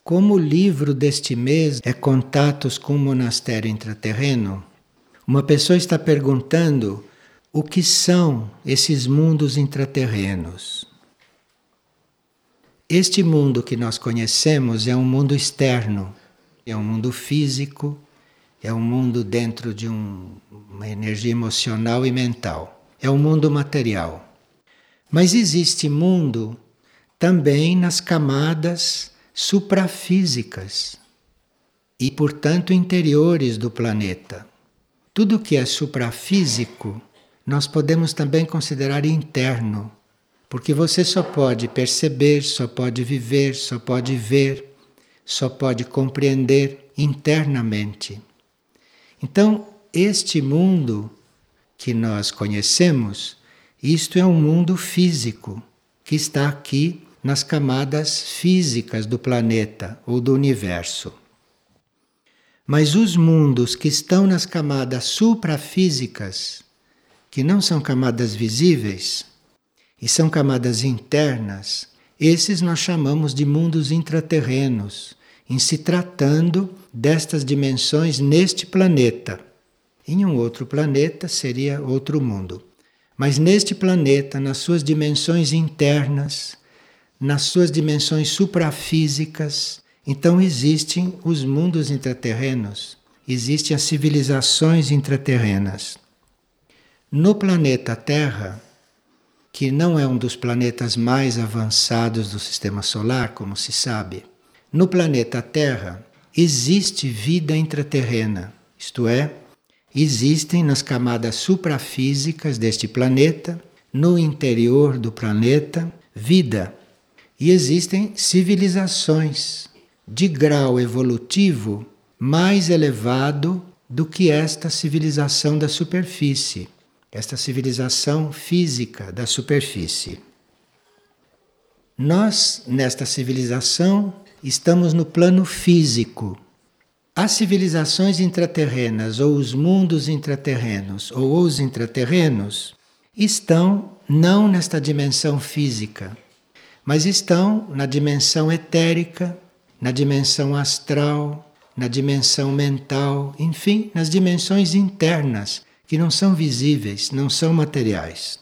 Como o livro deste mês é Contatos com o Monastério Intraterreno, uma pessoa está perguntando o que são esses mundos intraterrenos. Este mundo que nós conhecemos é um mundo externo, é um mundo físico, é um mundo dentro de uma energia emocional e mental. É um mundo material. Mas existe mundo também nas camadas suprafísicas e, portanto, interiores do planeta. Tudo que é suprafísico nós podemos também considerar interno, porque você só pode perceber, só pode viver, só pode ver, só pode compreender internamente. Então, este mundo que nós conhecemos, isto é um mundo físico que está aqui nas camadas físicas do planeta ou do universo. Mas os mundos que estão nas camadas suprafísicas, que não são camadas visíveis, e são camadas internas, esses nós chamamos de mundos intraterrenos, em se tratando destas dimensões neste planeta. Em um outro planeta seria outro mundo. Mas neste planeta, nas suas dimensões internas, nas suas dimensões suprafísicas, então existem os mundos intraterrenos, existem as civilizações intraterrenas. No planeta Terra, que não é um dos planetas mais avançados do Sistema Solar, como se sabe, no planeta Terra existe vida intraterrena, isto é, existem nas camadas suprafísicas deste planeta, no interior do planeta, vida. E existem civilizações de grau evolutivo mais elevado do que esta civilização da superfície, esta civilização física da superfície. Nós, nesta civilização, estamos no plano físico. As civilizações intraterrenas, ou os mundos intraterrenos, ou os intraterrenos, estão não nesta dimensão física, mas estão na dimensão etérica, na dimensão astral, na dimensão mental, enfim, nas dimensões internas, que não são visíveis, não são materiais.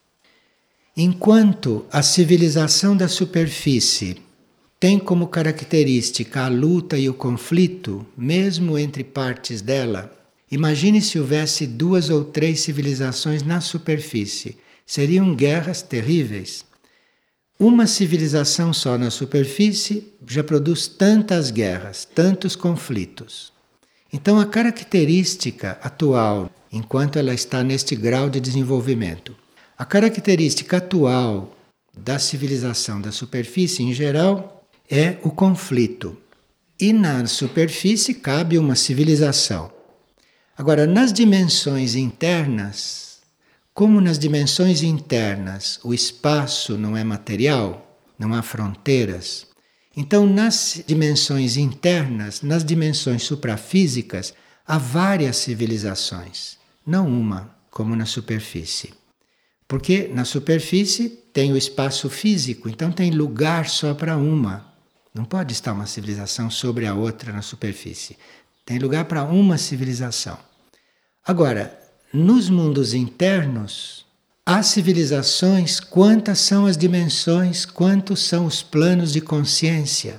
Enquanto a civilização da superfície tem como característica a luta e o conflito, mesmo entre partes dela, imagine se houvesse 2 ou 3 civilizações na superfície. Seriam guerras terríveis. Uma civilização só na superfície já produz tantas guerras, tantos conflitos. Então a característica atual, enquanto ela está neste grau de desenvolvimento, a característica atual da civilização da superfície em geral é o conflito. E na superfície cabe uma civilização. Agora, nas dimensões internas, como nas dimensões internas o espaço não é material, não há fronteiras, então nas dimensões internas, nas dimensões suprafísicas, há várias civilizações, não uma, como na superfície. Porque na superfície tem o espaço físico, então tem lugar só para uma. Não pode estar uma civilização sobre a outra na superfície. Tem lugar para uma civilização. Agora, nos mundos internos, há civilizações, quantas são as dimensões, quantos são os planos de consciência.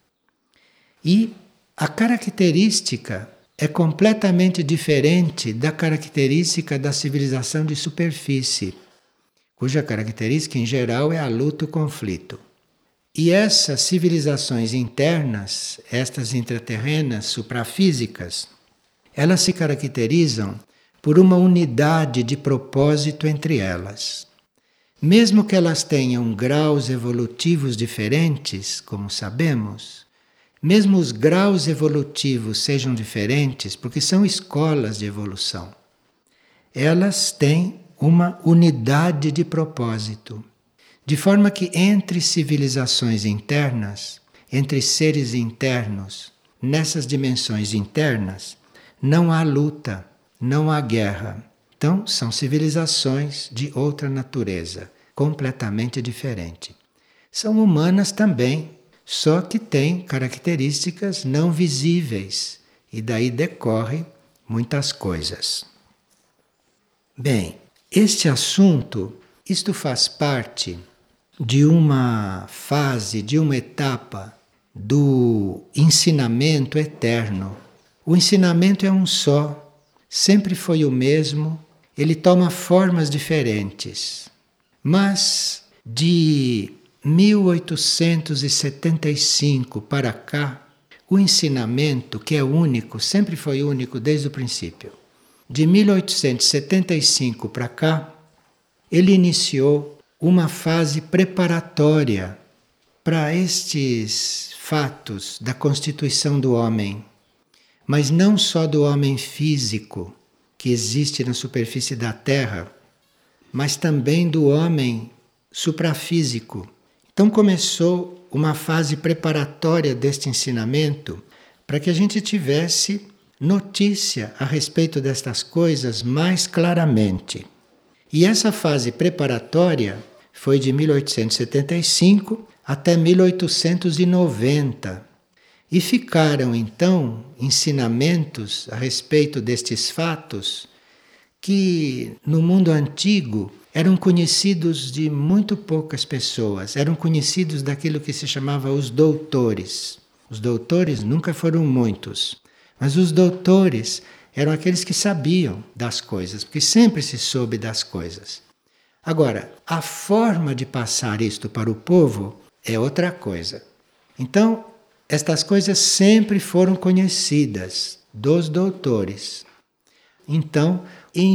E a característica é completamente diferente da característica da civilização de superfície, cuja característica em geral é a luta e o conflito. E essas civilizações internas, estas intraterrenas, suprafísicas, elas se caracterizam por uma unidade de propósito entre elas. Mesmo que elas tenham graus evolutivos diferentes, como sabemos, mesmo os graus evolutivos sejam diferentes, porque são escolas de evolução, elas têm uma unidade de propósito. De forma que entre civilizações internas, entre seres internos, nessas dimensões internas, não há luta, não há guerra. Então, são civilizações de outra natureza, completamente diferente. São humanas também, só que tem características não visíveis e daí decorre muitas coisas. Bem, este assunto, isto faz parte de uma fase, de uma etapa do ensinamento eterno. O ensinamento é um só, sempre foi o mesmo, ele toma formas diferentes. Mas de 1875 para cá, o ensinamento, que é único, sempre foi único desde o princípio. De 1875 para cá, ele iniciou uma fase preparatória para estes fatos da constituição do homem, mas não só do homem físico que existe na superfície da Terra, mas também do homem suprafísico. Então começou uma fase preparatória deste ensinamento para que a gente tivesse notícia a respeito destas coisas mais claramente. E essa fase preparatória foi de 1875 até 1890. E ficaram então ensinamentos a respeito destes fatos que no mundo antigo eram conhecidos de muito poucas pessoas, eram conhecidos daquilo que se chamava os doutores. Os doutores nunca foram muitos, mas os doutores eram aqueles que sabiam das coisas, porque sempre se soube das coisas. Agora, a forma de passar isto para o povo é outra coisa. Então, estas coisas sempre foram conhecidas dos doutores. Então, em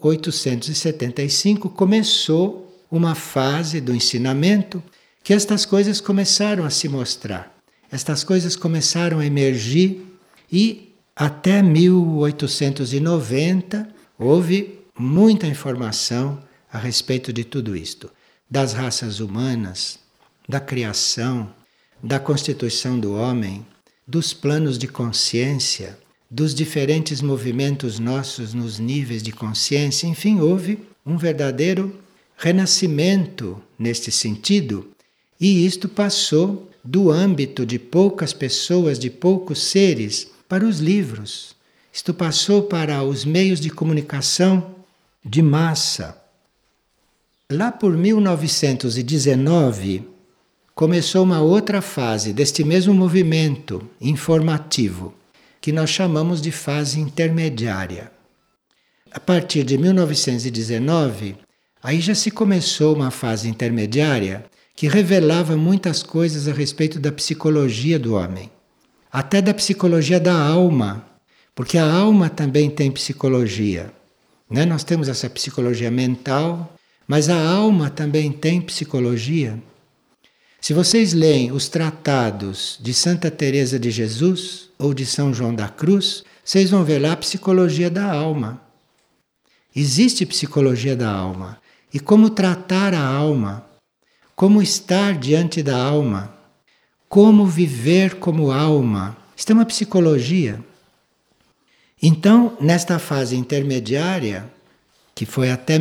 1875 começou uma fase do ensinamento que estas coisas começaram a se mostrar. Estas coisas começaram a emergir e até 1890 houve muita informação a respeito de tudo isto, das raças humanas, da criação, da constituição do homem, dos planos de consciência, dos diferentes movimentos nossos nos níveis de consciência, enfim, houve um verdadeiro renascimento neste sentido, e isto passou do âmbito de poucas pessoas, de poucos seres, para os livros. Isto passou para os meios de comunicação de massa. Lá por 1919, começou uma outra fase deste mesmo movimento informativo, que nós chamamos de fase intermediária. A partir de 1919, aí já se começou uma fase intermediária que revelava muitas coisas a respeito da psicologia do homem, até da psicologia da alma, porque a alma também tem psicologia, né? Nós temos essa psicologia mental, mas a alma também tem psicologia. Se vocês leem os tratados de Santa Teresa de Jesus ou de São João da Cruz, vocês vão ver lá a psicologia da alma. Existe psicologia da alma. E como tratar a alma, como estar diante da alma, como viver como alma. Isto é uma psicologia. Então, nesta fase intermediária, que foi até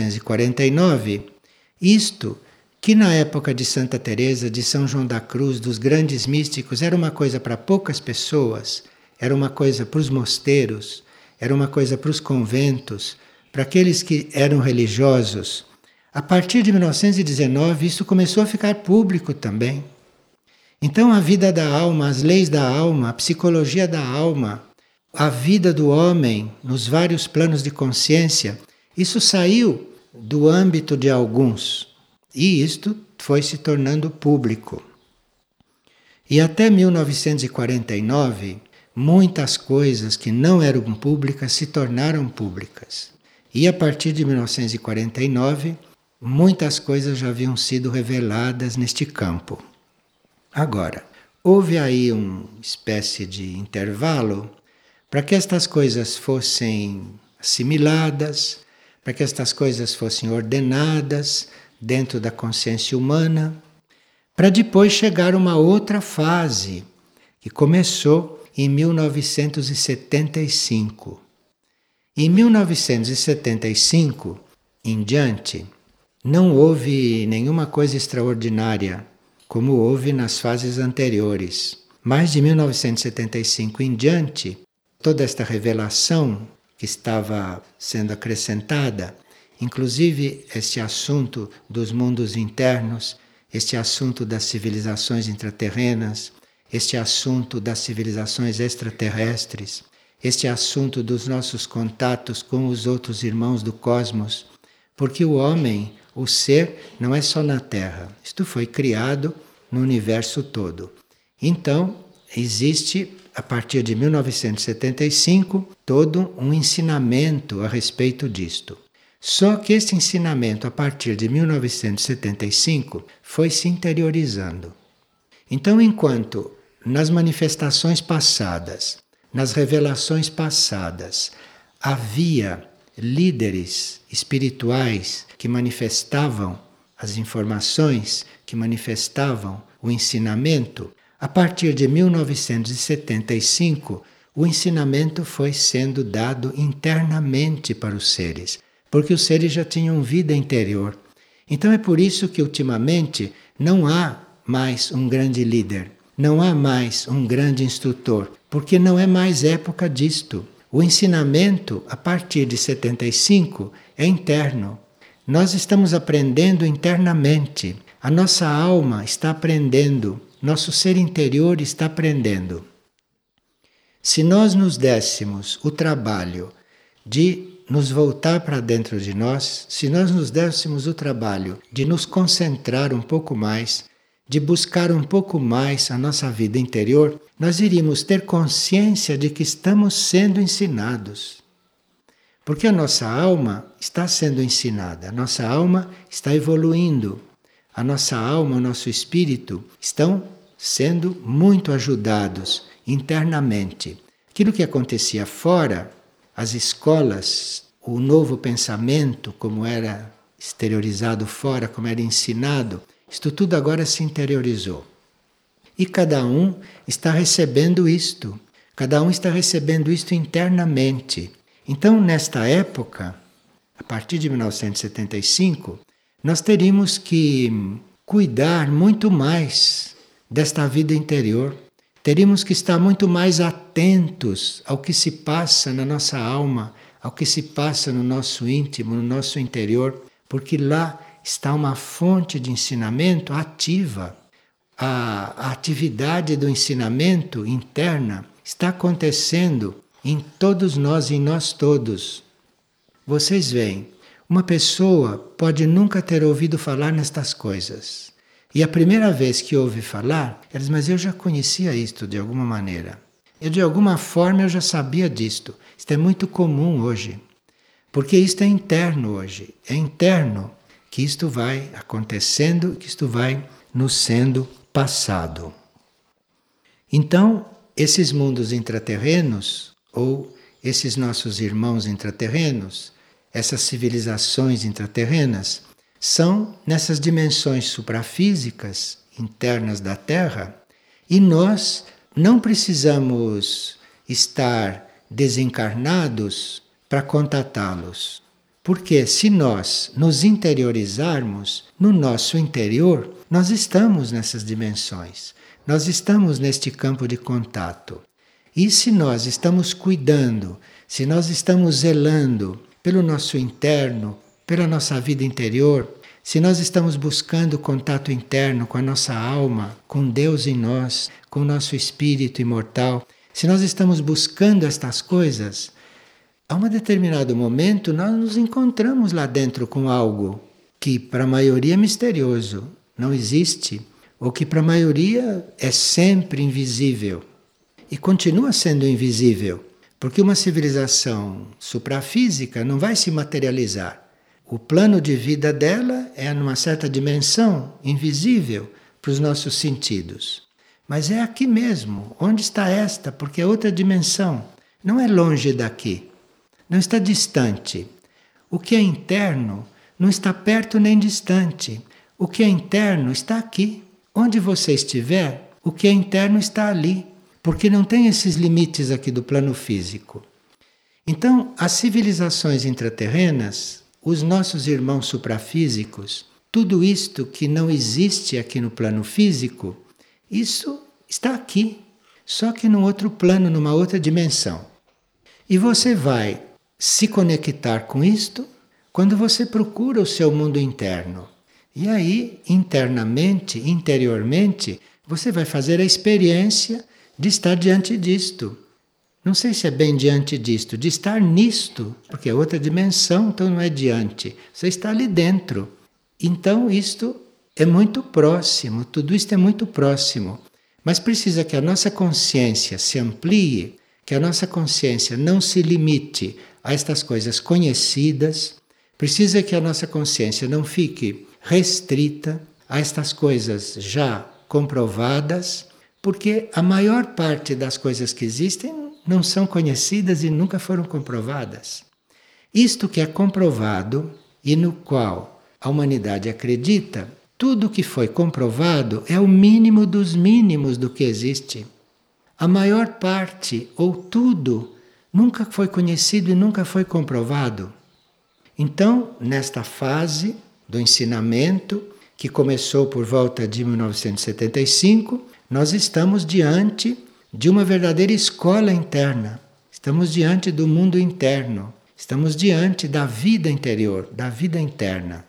1949, isto que na época de Santa Teresa, de São João da Cruz, dos grandes místicos, era uma coisa para poucas pessoas, era uma coisa para os mosteiros, era uma coisa para os conventos, para aqueles que eram religiosos. A partir de 1919, isso começou a ficar público também. Então a vida da alma, as leis da alma, a psicologia da alma, a vida do homem nos vários planos de consciência, isso saiu do âmbito de alguns. E isto foi se tornando público. E até 1949, muitas coisas que não eram públicas se tornaram públicas. E a partir de 1949, muitas coisas já haviam sido reveladas neste campo. Agora, houve aí uma espécie de intervalo para que estas coisas fossem assimiladas, para que estas coisas fossem ordenadas dentro da consciência humana, para depois chegar uma outra fase, que começou em 1975. Em 1975 em diante, não houve nenhuma coisa extraordinária como houve nas fases anteriores. Mas de 1975 em diante, toda esta revelação que estava sendo acrescentada, inclusive este assunto dos mundos internos, este assunto das civilizações intraterrenas, este assunto das civilizações extraterrestres, este assunto dos nossos contatos com os outros irmãos do cosmos, porque o homem, o ser, não é só na Terra. Isto foi criado no universo todo. Então, existe, a partir de 1975, todo um ensinamento a respeito disto. Só que esse ensinamento, a partir de 1975, foi se interiorizando. Então, enquanto nas manifestações passadas, nas revelações passadas, havia líderes espirituais que manifestavam as informações, que manifestavam o ensinamento, a partir de 1975, o ensinamento foi sendo dado internamente para os seres, porque os seres já tinham vida interior. Então é por isso que ultimamente não há mais um grande líder, não há mais um grande instrutor, porque não é mais época disto. O ensinamento, a partir de 75, é interno. Nós estamos aprendendo internamente. A nossa alma está aprendendo. Nosso ser interior está aprendendo. Se nós nos dessemos o trabalho de nos voltar para dentro de nós, se nós nos dessemos o trabalho de nos concentrar um pouco mais, de buscar um pouco mais a nossa vida interior, nós iríamos ter consciência de que estamos sendo ensinados. Porque a nossa alma está sendo ensinada, a nossa alma está evoluindo, a nossa alma, o nosso espírito estão sendo muito ajudados internamente. Aquilo que acontecia fora, as escolas, o novo pensamento, como era exteriorizado fora, como era ensinado, isto tudo agora se interiorizou. E cada um está recebendo isto. Cada um está recebendo isto internamente. Então, nesta época, a partir de 1975, nós teríamos que cuidar muito mais desta vida interior. Teríamos que estar muito mais atentos ao que se passa na nossa alma, ao que se passa no nosso íntimo, no nosso interior, porque lá está uma fonte de ensinamento ativa. A atividade do ensinamento interna está acontecendo em todos nós, em nós todos. Vocês veem, uma pessoa pode nunca ter ouvido falar nestas coisas. E a primeira vez que ouve falar, ela diz, mas eu já conhecia isto de alguma maneira. De alguma forma eu já sabia disto. Isto é muito comum hoje. Porque isto é interno hoje. É interno que isto vai acontecendo, que isto vai nos sendo passado. Então, esses mundos intraterrenos, ou esses nossos irmãos intraterrenos, essas civilizações intraterrenas, são nessas dimensões suprafísicas internas da Terra, e nós não precisamos estar desencarnados para contatá-los. Porque se nós nos interiorizarmos no nosso interior, nós estamos nessas dimensões, nós estamos neste campo de contato. E se nós estamos cuidando, se nós estamos zelando pelo nosso interno, pela nossa vida interior, se nós estamos buscando contato interno com a nossa alma, com Deus em nós, com o nosso espírito imortal, se nós estamos buscando estas coisas, a um determinado momento nós nos encontramos lá dentro com algo que para a maioria é misterioso, não existe, ou que para a maioria é sempre invisível. E continua sendo invisível, porque uma civilização suprafísica não vai se materializar. O plano de vida dela é numa certa dimensão invisível para os nossos sentidos. Mas é aqui mesmo, onde está esta, porque é outra dimensão. Não é longe daqui, não está distante. O que é interno não está perto nem distante. O que é interno está aqui. Onde você estiver, o que é interno está ali, porque não tem esses limites aqui do plano físico. Então, as civilizações intraterrenas, os nossos irmãos suprafísicos, tudo isto que não existe aqui no plano físico, isso está aqui, só que num outro plano, numa outra dimensão. E você vai se conectar com isto quando você procura o seu mundo interno. E aí, internamente, interiormente, você vai fazer a experiência de estar diante disto. Não sei se é bem diante disto, de estar nisto, porque é outra dimensão, então não é diante. Você está ali dentro. Então isto é muito próximo, tudo isto é muito próximo. Mas precisa que a nossa consciência se amplie, que a nossa consciência não se limite a estas coisas conhecidas, precisa que a nossa consciência não fique restrita a estas coisas já comprovadas, porque a maior parte das coisas que existem não são conhecidas e nunca foram comprovadas. Isto que é comprovado e no qual a humanidade acredita, tudo que foi comprovado é o mínimo dos mínimos do que existe. A maior parte, ou tudo, nunca foi conhecido e nunca foi comprovado. Então, nesta fase do ensinamento, que começou por volta de 1975, nós estamos diante de uma verdadeira escola interna. Estamos diante do mundo interno. Estamos diante da vida interior, da vida interna.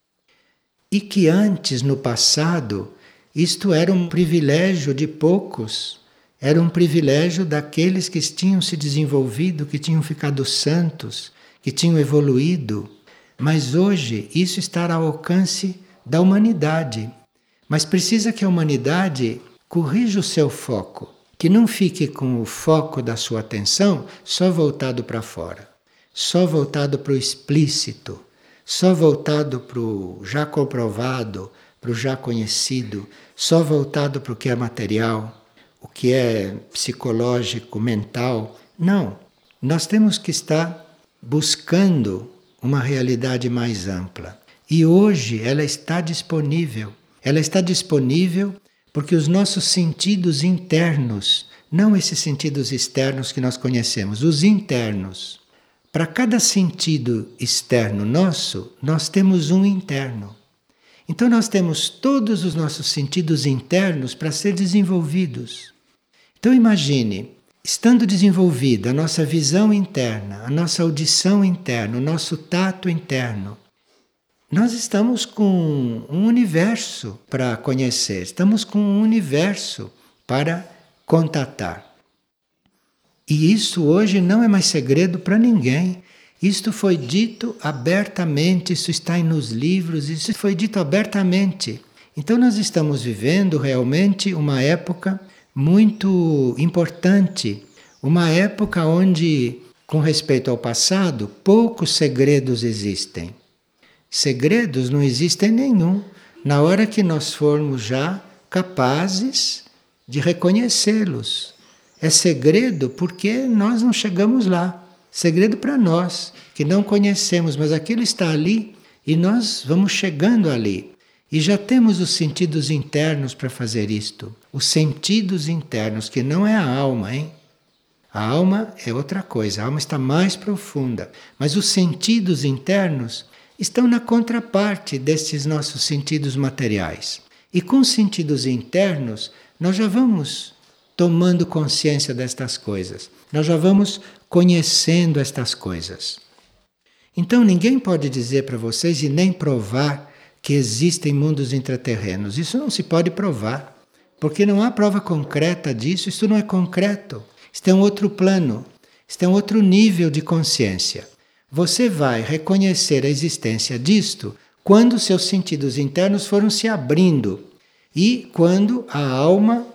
E que antes, no passado, isto era um privilégio de poucos, era um privilégio daqueles que tinham se desenvolvido, que tinham ficado santos, que tinham evoluído. Mas hoje isso está ao alcance da humanidade. Mas precisa que a humanidade corrija o seu foco, que não fique com o foco da sua atenção só voltado para fora, só voltado para o explícito, só voltado para o já comprovado, para o já conhecido, só voltado para o que é material, o que é psicológico, mental. Não, nós temos que estar buscando uma realidade mais ampla. E hoje ela está disponível. Ela está disponível porque os nossos sentidos internos, não esses sentidos externos que nós conhecemos, os internos. Para cada sentido externo nosso, nós temos um interno. Então nós temos todos os nossos sentidos internos para ser desenvolvidos. Então imagine, estando desenvolvida a nossa visão interna, a nossa audição interna, o nosso tato interno, nós estamos com um universo para conhecer, estamos com um universo para contatar. E isso hoje não é mais segredo para ninguém. Isto foi dito abertamente, isso está nos livros, isso foi dito abertamente. Então nós estamos vivendo realmente uma época muito importante, uma época onde, com respeito ao passado, poucos segredos existem. Segredos não existem nenhum, na hora que nós formos já capazes de reconhecê-los. É segredo porque nós não chegamos lá. Segredo para nós, que não conhecemos, mas aquilo está ali e nós vamos chegando ali. E já temos os sentidos internos para fazer isto. Os sentidos internos, que não é a alma, hein? A alma é outra coisa, a alma está mais profunda. Mas os sentidos internos estão na contraparte destes nossos sentidos materiais. E com os sentidos internos, nós já vamos tomando consciência destas coisas. Nós já vamos conhecendo estas coisas. Então ninguém pode dizer para vocês e nem provar que existem mundos intraterrenos. Isso não se pode provar, porque não há prova concreta disso, isso não é concreto. Isto é um outro plano, isto é um outro nível de consciência. Você vai reconhecer a existência disto quando seus sentidos internos foram se abrindo e quando a alma,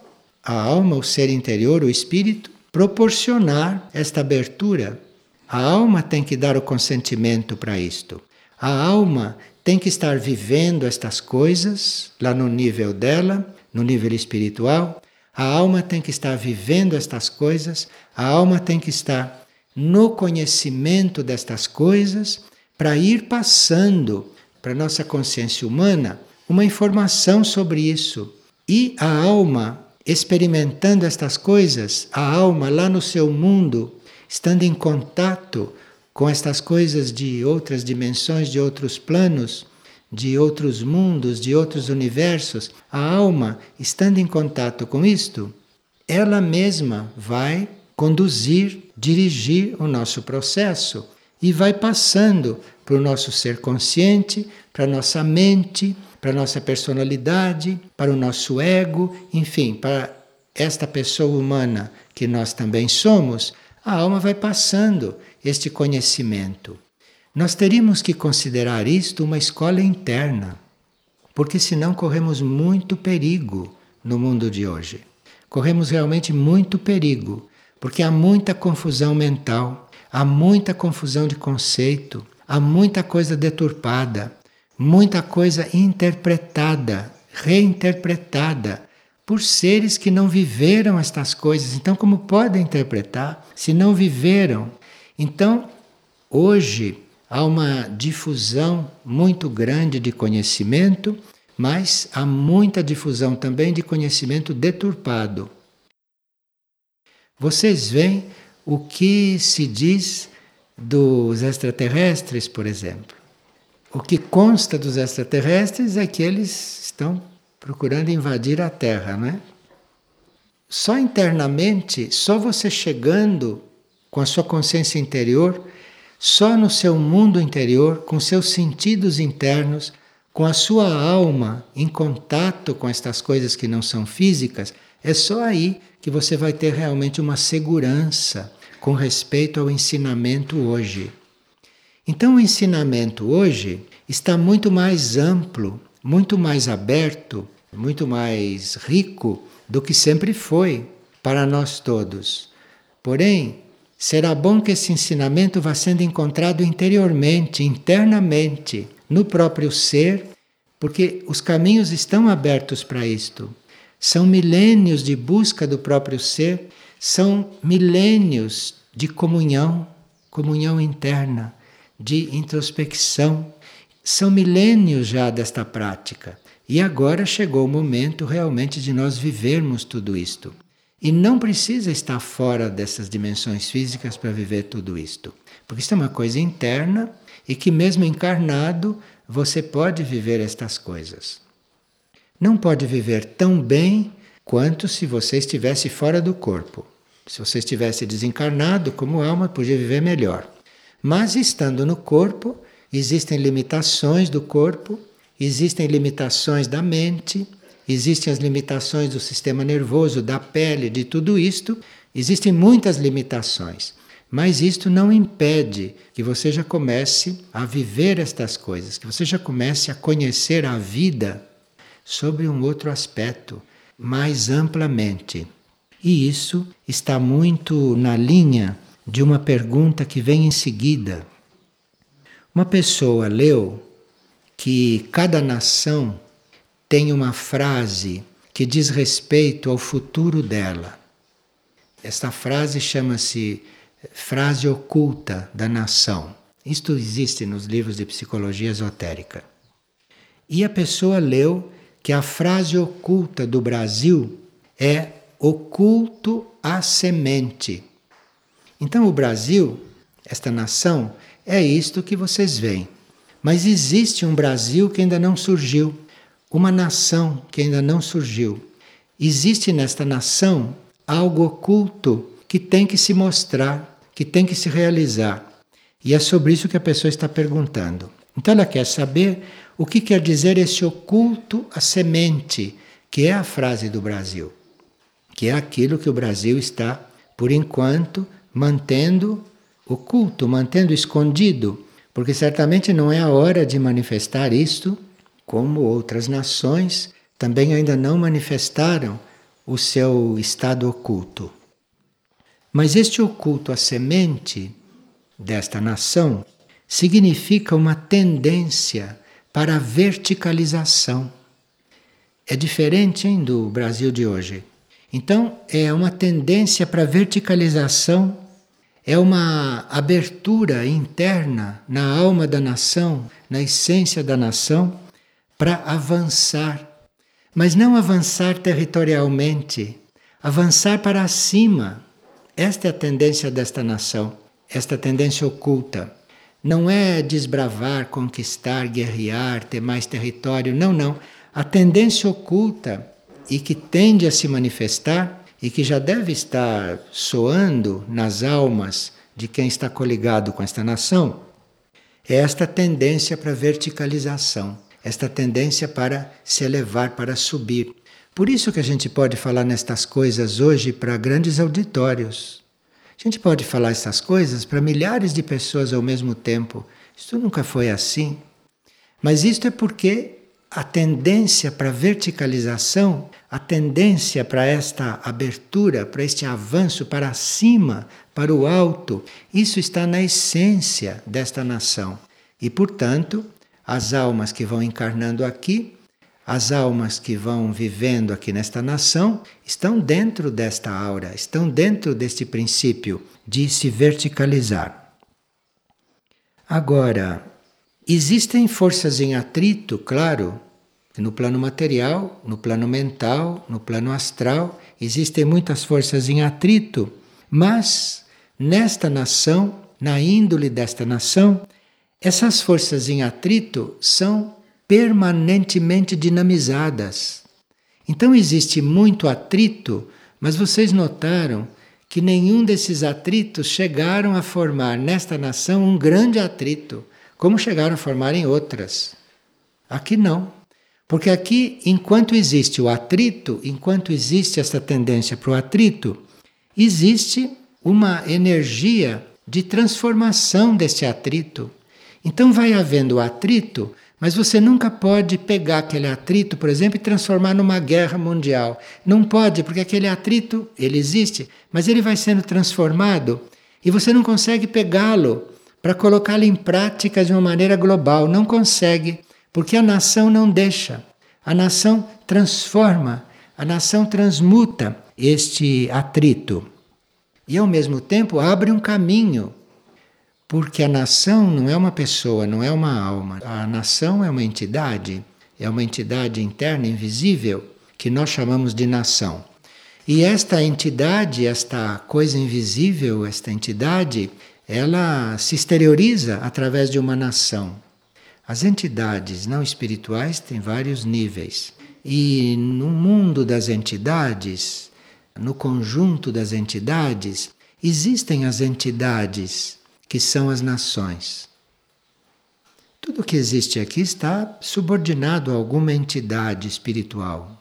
o ser interior, o espírito, proporcionar esta abertura. A alma tem que dar o consentimento para isto. A alma tem que estar vivendo estas coisas lá no nível dela, no nível espiritual. A alma tem que estar vivendo estas coisas. A alma tem que estar no conhecimento destas coisas para ir passando para a nossa consciência humana uma informação sobre isso. E a alma, experimentando estas coisas, a alma lá no seu mundo, estando em contato com estas coisas de outras dimensões, de outros planos, de outros mundos, de outros universos, a alma, estando em contato com isto, ela mesma vai conduzir, dirigir o nosso processo e vai passando para o nosso ser consciente, para a nossa mente, para a nossa personalidade, para o nosso ego, enfim, para esta pessoa humana que nós também somos, a alma vai passando este conhecimento. Nós teríamos que considerar isto uma escola interna, porque senão corremos muito perigo no mundo de hoje. Corremos realmente muito perigo, porque há muita confusão mental, há muita confusão de conceito, há muita coisa deturpada, muita coisa interpretada, reinterpretada por seres que não viveram estas coisas. Então, como podem interpretar se não viveram? Então, hoje há uma difusão muito grande de conhecimento, mas há muita difusão também de conhecimento deturpado. Vocês veem o que se diz dos extraterrestres, por exemplo. O que consta dos extraterrestres é que eles estão procurando invadir a Terra, não é? Só internamente, só você chegando com a sua consciência interior, só no seu mundo interior, com seus sentidos internos, com a sua alma em contato com estas coisas que não são físicas, é só aí que você vai ter realmente uma segurança com respeito ao ensinamento hoje. Então o ensinamento hoje está muito mais amplo, muito mais aberto, muito mais rico do que sempre foi para nós todos. Porém, será bom que esse ensinamento vá sendo encontrado interiormente, internamente, no próprio ser, porque os caminhos estão abertos para isto. São milênios de busca do próprio ser, são milênios de comunhão, comunhão interna, de introspecção. São milênios já desta prática. E agora chegou o momento realmente de nós vivermos tudo isto. E não precisa estar fora dessas dimensões físicas para viver tudo isto. Porque isso é uma coisa interna e que mesmo encarnado você pode viver estas coisas. Não pode viver tão bem quanto se você estivesse fora do corpo. Se você estivesse desencarnado como alma, podia viver melhor. Mas estando no corpo, existem limitações do corpo, existem limitações da mente, existem as limitações do sistema nervoso, da pele, de tudo isto. Existem muitas limitações. Mas isto não impede que você já comece a viver estas coisas, que você já comece a conhecer a vida sobre um outro aspecto, mais amplamente. E isso está muito na linha de uma pergunta que vem em seguida. Uma pessoa leu que cada nação tem uma frase que diz respeito ao futuro dela. Esta frase chama-se frase oculta da nação. Isto existe nos livros de psicologia esotérica. E a pessoa leu que a frase oculta do Brasil é oculto à semente. Então o Brasil, esta nação, é isto que vocês veem. Mas existe um Brasil que ainda não surgiu, uma nação que ainda não surgiu. Existe nesta nação algo oculto que tem que se mostrar, que tem que se realizar. E é sobre isso que a pessoa está perguntando. Então ela quer saber o que quer dizer esse oculto à semente, que é a frase do Brasil, que é aquilo que o Brasil está, por enquanto, mantendo oculto, mantendo escondido, porque certamente não é a hora de manifestar isto, como outras nações também ainda não manifestaram o seu estado oculto. Mas este oculto à semente desta nação significa uma tendência para a verticalização. É diferente, hein, do Brasil de hoje. Então, é uma tendência para a verticalização, é uma abertura interna na alma da nação, na essência da nação, para avançar. Mas não avançar territorialmente, avançar para cima. Esta é a tendência desta nação, esta tendência oculta. Não é desbravar, conquistar, guerrear, ter mais território. Não, não. A tendência oculta e que tende a se manifestar e que já deve estar soando nas almas de quem está coligado com esta nação é esta tendência para verticalização, esta tendência para se elevar, para subir. Por isso que a gente pode falar nestas coisas hoje para grandes auditórios. A gente pode falar essas coisas para milhares de pessoas ao mesmo tempo. Isso nunca foi assim. Mas isto é porque a tendência para a verticalização, a tendência para esta abertura, para este avanço para cima, para o alto, isso está na essência desta nação. E, portanto, as almas que vão encarnando aqui, as almas que vão vivendo aqui nesta nação, estão dentro desta aura, estão dentro deste princípio de se verticalizar. Agora, existem forças em atrito, claro, no plano material, no plano mental, no plano astral, existem muitas forças em atrito, mas nesta nação, na índole desta nação, essas forças em atrito são permanentemente dinamizadas. Então existe muito atrito, mas vocês notaram que nenhum desses atritos chegaram a formar nesta nação um grande atrito, como chegaram a formar em outras. Aqui não. Porque aqui, enquanto existe o atrito, enquanto existe essa tendência para o atrito, existe uma energia de transformação desse atrito. Então vai havendo atrito, mas você nunca pode pegar aquele atrito, por exemplo, e transformar numa guerra mundial. Não pode, porque aquele atrito, ele existe, mas ele vai sendo transformado e você não consegue pegá-lo para colocá-lo em prática de uma maneira global. Não consegue, porque a nação não deixa. A nação transforma, a nação transmuta este atrito. E ao mesmo tempo abre um caminho, porque a nação não é uma pessoa, não é uma alma. A nação é uma entidade interna, invisível, que nós chamamos de nação. E esta entidade, esta coisa invisível, esta entidade, ela se exterioriza através de uma nação. As entidades não espirituais têm vários níveis. E no mundo das entidades, no conjunto das entidades, existem as entidades que são as nações. Tudo que existe aqui está subordinado a alguma entidade espiritual.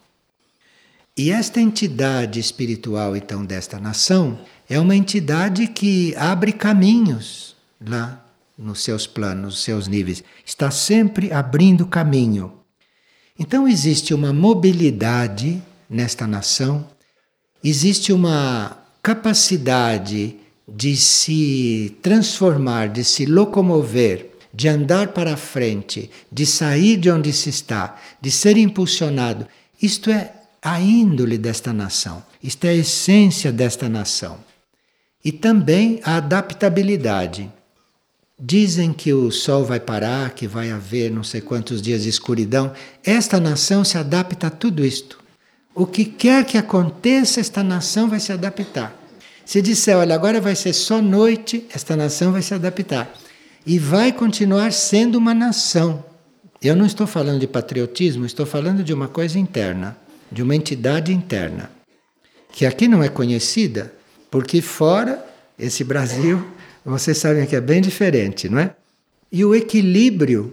E esta entidade espiritual, então, desta nação, é uma entidade que abre caminhos lá nos seus planos, nos seus níveis. Está sempre abrindo caminho. Então existe uma mobilidade nesta nação, existe uma capacidade de se transformar, de se locomover, de andar para frente, de sair de onde se está, de ser impulsionado. Isto é a índole desta nação, isto é a essência desta nação. E também a adaptabilidade. Dizem que o sol vai parar, que vai haver não sei quantos dias de escuridão. Esta nação se adapta a tudo isto. O que quer que aconteça, esta nação vai se adaptar. Se disser, olha, agora vai ser só noite, esta nação vai se adaptar. E vai continuar sendo uma nação. Eu não estou falando de patriotismo, estou falando de uma coisa interna, de uma entidade interna, que aqui não é conhecida, porque fora, esse Brasil, vocês sabem que é bem diferente, não é? E o equilíbrio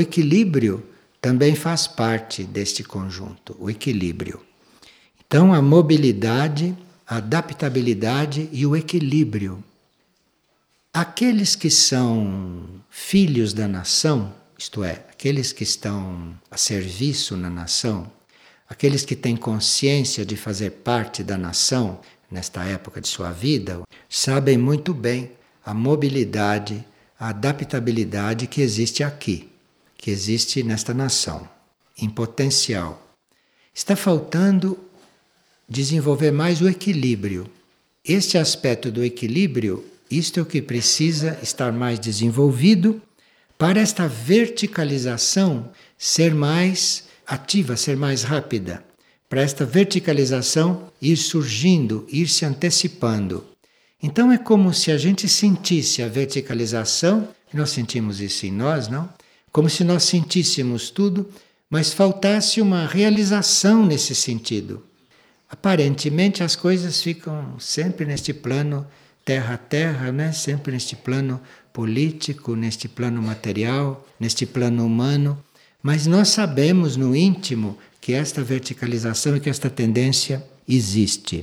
também faz parte deste conjunto, o equilíbrio. Então, a mobilidade, a adaptabilidade e o equilíbrio. Aqueles que são filhos da nação, isto é, aqueles que estão a serviço na nação, aqueles que têm consciência de fazer parte da nação nesta época de sua vida, sabem muito bem a mobilidade, a adaptabilidade que existe aqui, que existe nesta nação, em potencial. Está faltando desenvolver mais o equilíbrio. Este aspecto do equilíbrio, isto é o que precisa estar mais desenvolvido para esta verticalização ser mais ativa, ser mais rápida. Para esta verticalização ir surgindo, ir se antecipando. Então é como se a gente sentisse a verticalização Nós sentimos isso em nós, não? Como se nós sentíssemos tudo, mas faltasse uma realização nesse sentido. Aparentemente as coisas ficam sempre neste plano terra a terra, né? Sempre neste plano político, neste plano material, neste plano humano, mas nós sabemos no íntimo que esta verticalização e que esta tendência existe.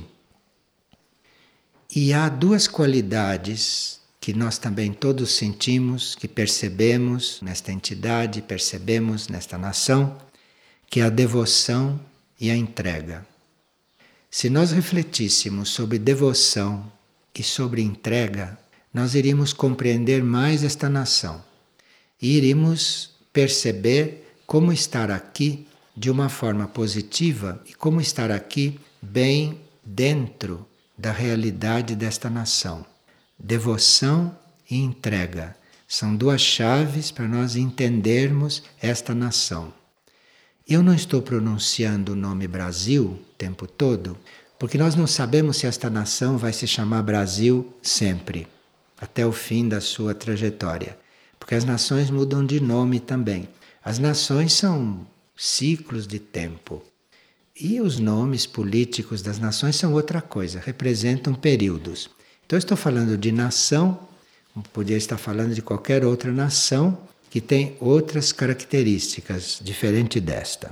E há duas qualidades que nós também todos sentimos, que percebemos nesta entidade, percebemos nesta nação, que é a devoção e a entrega. Se nós refletíssemos sobre devoção e sobre entrega, nós iríamos compreender mais esta nação e iríamos perceber como estar aqui de uma forma positiva e como estar aqui bem dentro da realidade desta nação. Devoção e entrega são duas chaves para nós entendermos esta nação. Eu não estou pronunciando o nome Brasil o tempo todo, porque nós não sabemos se esta nação vai se chamar Brasil sempre, até o fim da sua trajetória. Porque as nações mudam de nome também. As nações são ciclos de tempo. E os nomes políticos das nações são outra coisa, representam períodos. Então eu estou falando de nação, podia estar falando de qualquer outra nação que tem outras características diferentes desta.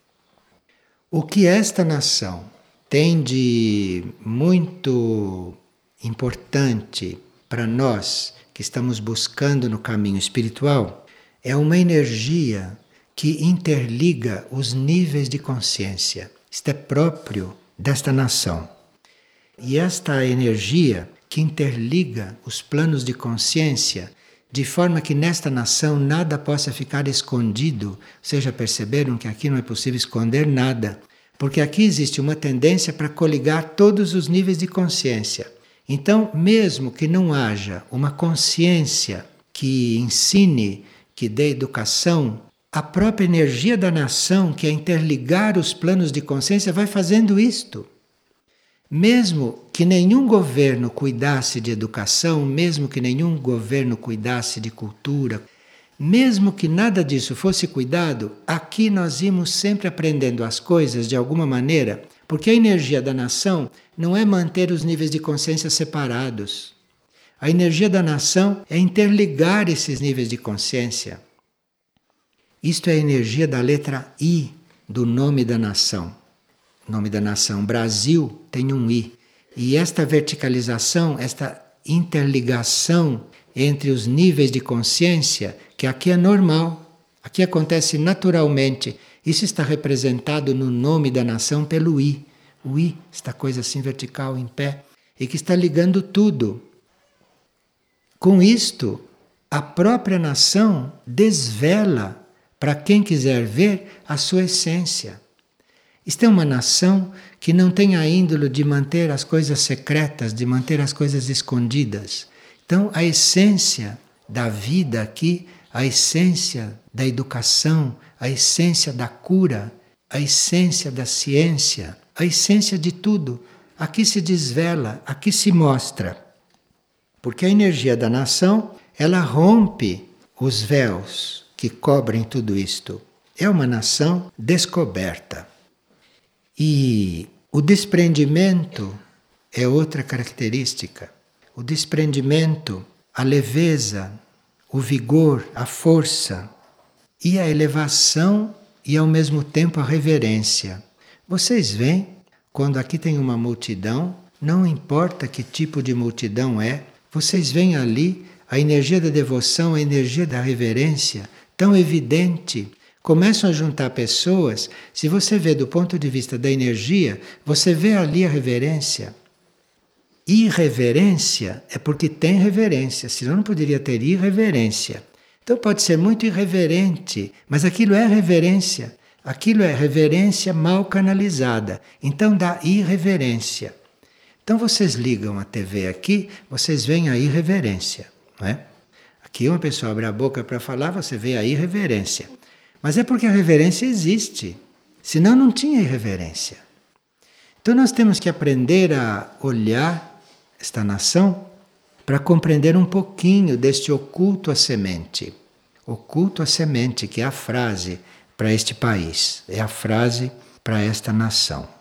O que esta nação tem de muito importante para nós que estamos buscando no caminho espiritual é uma energia que interliga os níveis de consciência. Isto é próprio desta nação. E esta energia que interliga os planos de consciência de forma que nesta nação nada possa ficar escondido. Vocês já perceberam que aqui não é possível esconder nada, porque aqui existe uma tendência para coligar todos os níveis de consciência. Então, mesmo que não haja uma consciência que ensine, que dê educação, a própria energia da nação, que é interligar os planos de consciência, vai fazendo isto. Mesmo que nenhum governo cuidasse de educação, mesmo que nenhum governo cuidasse de cultura, mesmo que nada disso fosse cuidado, aqui nós íamos sempre aprendendo as coisas de alguma maneira, porque a energia da nação não é manter os níveis de consciência separados. A energia da nação é interligar esses níveis de consciência. Isto é a energia da letra I do nome da nação. O nome da nação Brasil tem um I. E esta verticalização, esta interligação entre os níveis de consciência, que aqui é normal, aqui acontece naturalmente. Isso está representado no nome da nação pelo I. O I, esta coisa assim vertical em pé, e que está ligando tudo. Com isto, a própria nação desvela para quem quiser ver a sua essência. Isto é uma nação que não tem a índole de manter as coisas secretas, de manter as coisas escondidas. Então, a essência da vida aqui, a essência da educação, a essência da cura, a essência da ciência, a essência de tudo, aqui se desvela, aqui se mostra. Porque a energia da nação, ela rompe os véus que cobrem tudo isto. É uma nação descoberta. E o desprendimento é outra característica. O desprendimento, a leveza, o vigor, a força e a elevação e ao mesmo tempo a reverência. Vocês veem, quando aqui tem uma multidão, não importa que tipo de multidão é, vocês veem ali a energia da devoção, a energia da reverência, tão evidente. Começam a juntar pessoas, se você vê do ponto de vista da energia, você vê ali a reverência. Irreverência é porque tem reverência, senão não poderia ter irreverência. Então pode ser muito irreverente, mas aquilo é reverência. Aquilo é reverência mal canalizada, então dá irreverência. Então vocês ligam a TV aqui, vocês veem a irreverência, não é? Aqui uma pessoa abre a boca para falar, você vê a irreverência. Mas é porque a reverência existe, senão não tinha irreverência. Então nós temos que aprender a olhar esta nação para compreender um pouquinho deste oculto à semente. Oculto à semente, que é a frase para este país, é a frase para esta nação.